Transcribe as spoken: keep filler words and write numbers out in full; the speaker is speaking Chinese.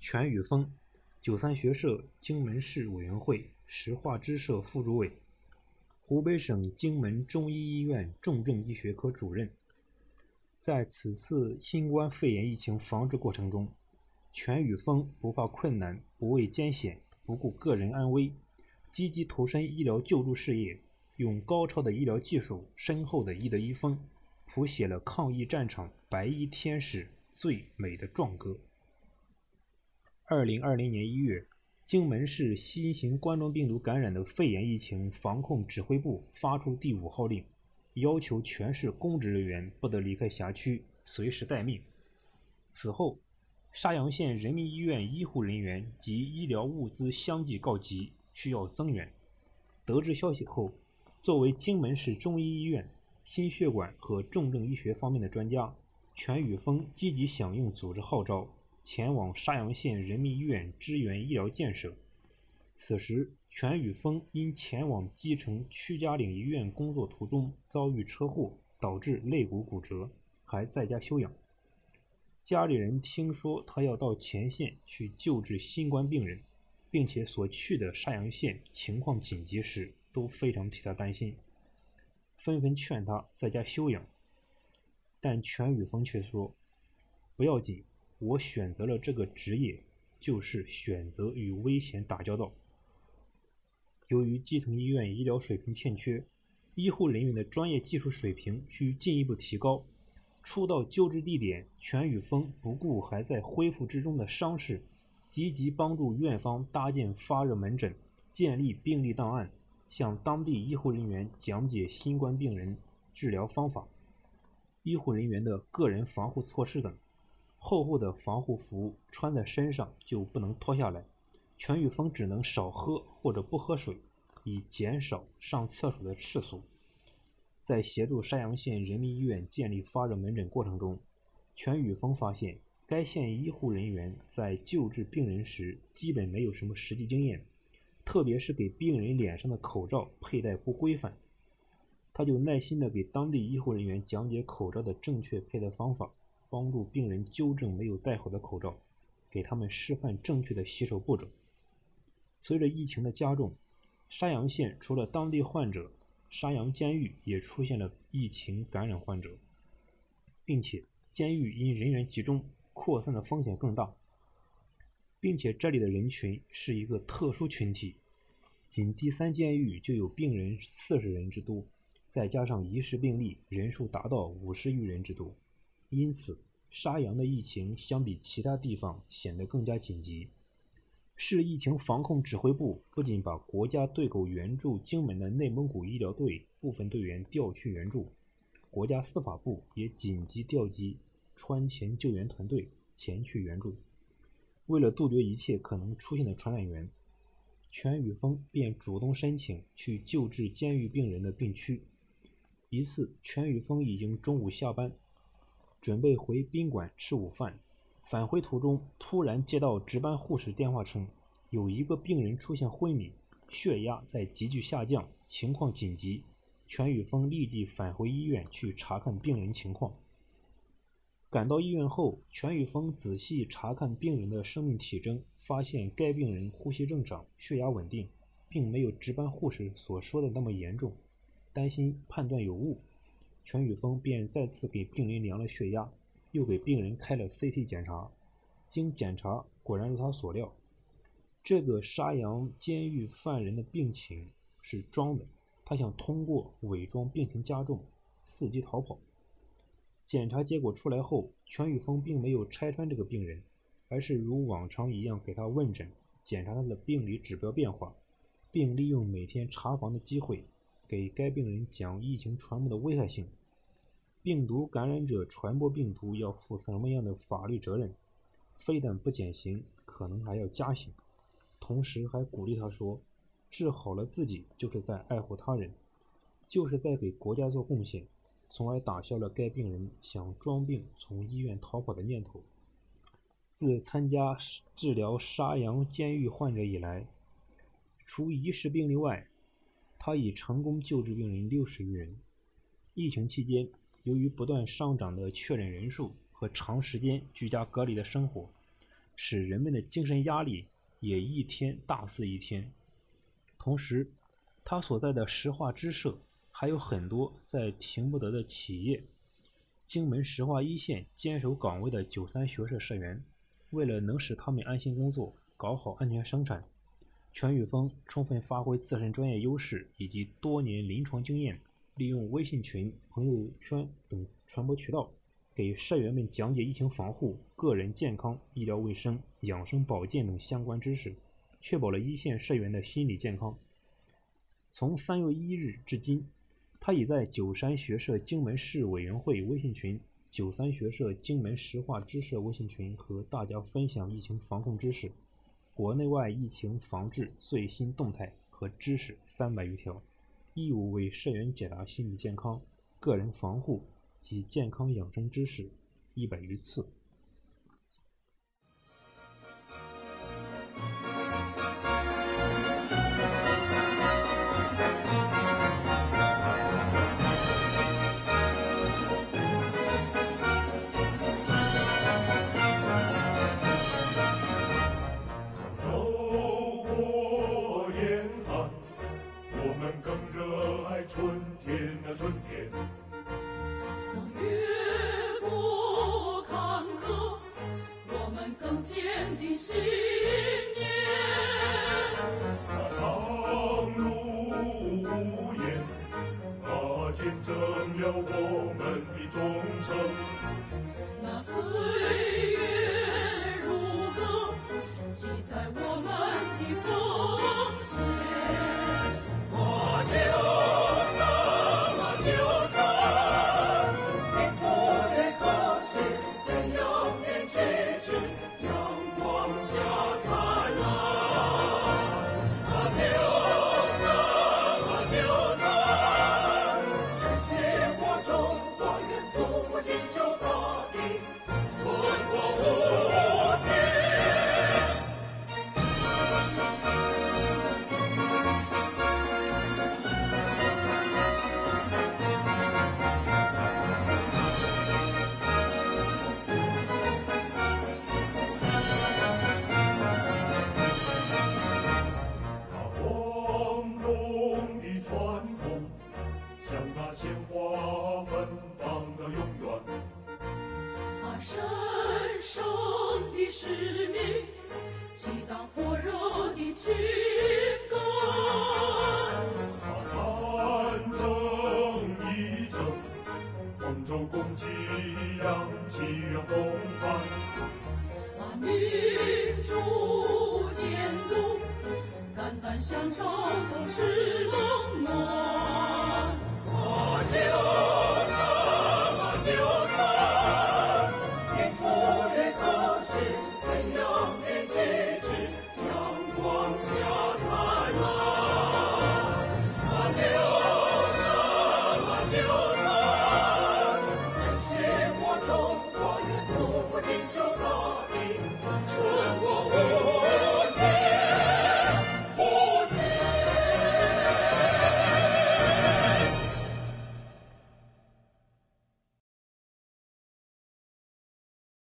全宇峰，九三学社荆门市委员会石化支社副主委，湖北省荆门中医医院重症医学科主任。在此次新冠肺炎疫情防治过程中，全宇峰不怕困难，不畏艰险，不顾个人安危，积极投身医疗救助事业，用高超的医疗技术、深厚的医德医风，谱写了抗疫战场白衣天使最美的壮歌。二零二零年一月，荆门市新型冠状病毒感染的肺炎疫情防控指挥部发出第五号令，要求全市公职人员不得离开辖区，随时待命。此后，沙洋县人民医院医护人员及医疗物资相继告急，需要增援。得知消息后，作为荆门市中医医院心血管和重症医学方面的专家，全宇峰积极响应组织号召，前往沙洋县人民医院支援医疗建设。此时，全宇峰因前往基层曲家岭医院工作途中遭遇车祸，导致肋骨骨折，还在家休养。家里人听说他要到前线去救治新冠病人，并且所去的沙洋县情况紧急时，都非常替他担心，纷纷劝他在家休养。但全宇峰却说，不要紧，我选择了这个职业，就是选择与危险打交道。由于基层医院医疗水平欠缺，医护人员的专业技术水平需进一步提高。初到救治地点，全宇峰不顾还在恢复之中的伤势，积极帮助院方搭建发热门诊，建立病历档案，向当地医护人员讲解新冠病人治疗方法、医护人员的个人防护措施等。厚厚的防护服穿在身上就不能脱下来，全宇峰只能少喝或者不喝水，以减少上厕所的次数。在协助沙洋县人民医院建立发热门诊过程中，全宇峰发现该县医护人员在救治病人时基本没有什么实际经验，特别是给病人脸上的口罩佩戴不规范。他就耐心地给当地医护人员讲解口罩的正确佩戴方法，帮助病人纠正没有戴好的口罩，给他们示范正确的洗手步骤。随着疫情的加重，沙洋县除了当地患者，沙洋监狱也出现了疫情感染患者，并且监狱因人员集中，扩散的风险更大，并且这里的人群是一个特殊群体，仅第三监狱就有病人四十人之多，再加上疑似病例，人数达到五十余人之多。因此，沙洋的疫情相比其他地方显得更加紧急。市疫情防控指挥部不仅把国家对口援助荆门的内蒙古医疗队部分队员调去援助，国家司法部也紧急调集川黔救援团队前去援助。为了杜绝一切可能出现的传染源，全宇峰便主动申请去救治监狱病人的病区。一次，全宇峰已经中午下班，准备回宾馆吃午饭，返回途中突然接到值班护士电话称，有一个病人出现昏迷，血压在急剧下降，情况紧急。全宇峰立即返回医院去查看病人情况。赶到医院后，全宇峰仔细查看病人的生命体征，发现该病人呼吸正常，血压稳定，并没有值班护士所说的那么严重。担心判断有误，全宇峰便再次给病人量了血压，又给病人开了 C T 检查。经检查，果然如他所料，这个沙洋监狱犯人的病情是装的，他想通过伪装病情加重，伺机逃跑。检查结果出来后，全宇峰并没有拆穿这个病人，而是如往常一样给他问诊，检查他的病理指标变化，并利用每天查房的机会，给该病人讲疫情传播的危害性，病毒感染者传播病毒要负什么样的法律责任，非但不减刑，可能还要加刑。同时还鼓励他说，治好了自己就是在爱护他人，就是在给国家做贡献，从而打消了该病人想装病从医院逃跑的念头。自参加治疗沙洋监狱患者以来，除疑似病例外，他已成功救治病人六十余人。疫情期间，由于不断上涨的确诊人数和长时间居家隔离的生活， 使人们的精神压力也一天大似一天。同时，他所在的石化支社还有很多在停不得的企业。荆门石化一线坚守岗位的九三学社社员，为了能使他们安心工作，搞好安全生产，全玉峰充分发挥自身专业优势以及多年临床经验，利用微信群、朋友圈等传播渠道，给社员们讲解疫情防护、个人健康、医疗卫生、养生保健等相关知识，确保了一线社员的心理健康。从三月一日至今，他已在九三学社荆门市委员会微信群、九三学社荆门石化支社微信群和大家分享疫情防控知识、国内外疫情防治最新动态和知识三百余条，义务为社员解答心理健康、个人防护及健康养生知识一百余次。 春天啊，春天， 曾越过坎坷，我们更坚定信念。 那长路无言，那见证了我们的忠诚。 那岁月如歌，记载我们的奉献。我就神圣的使命，激荡火热的情感。 那战争一争，黄州攻击扬起了风帆。 那民主监督，肝胆相照，同时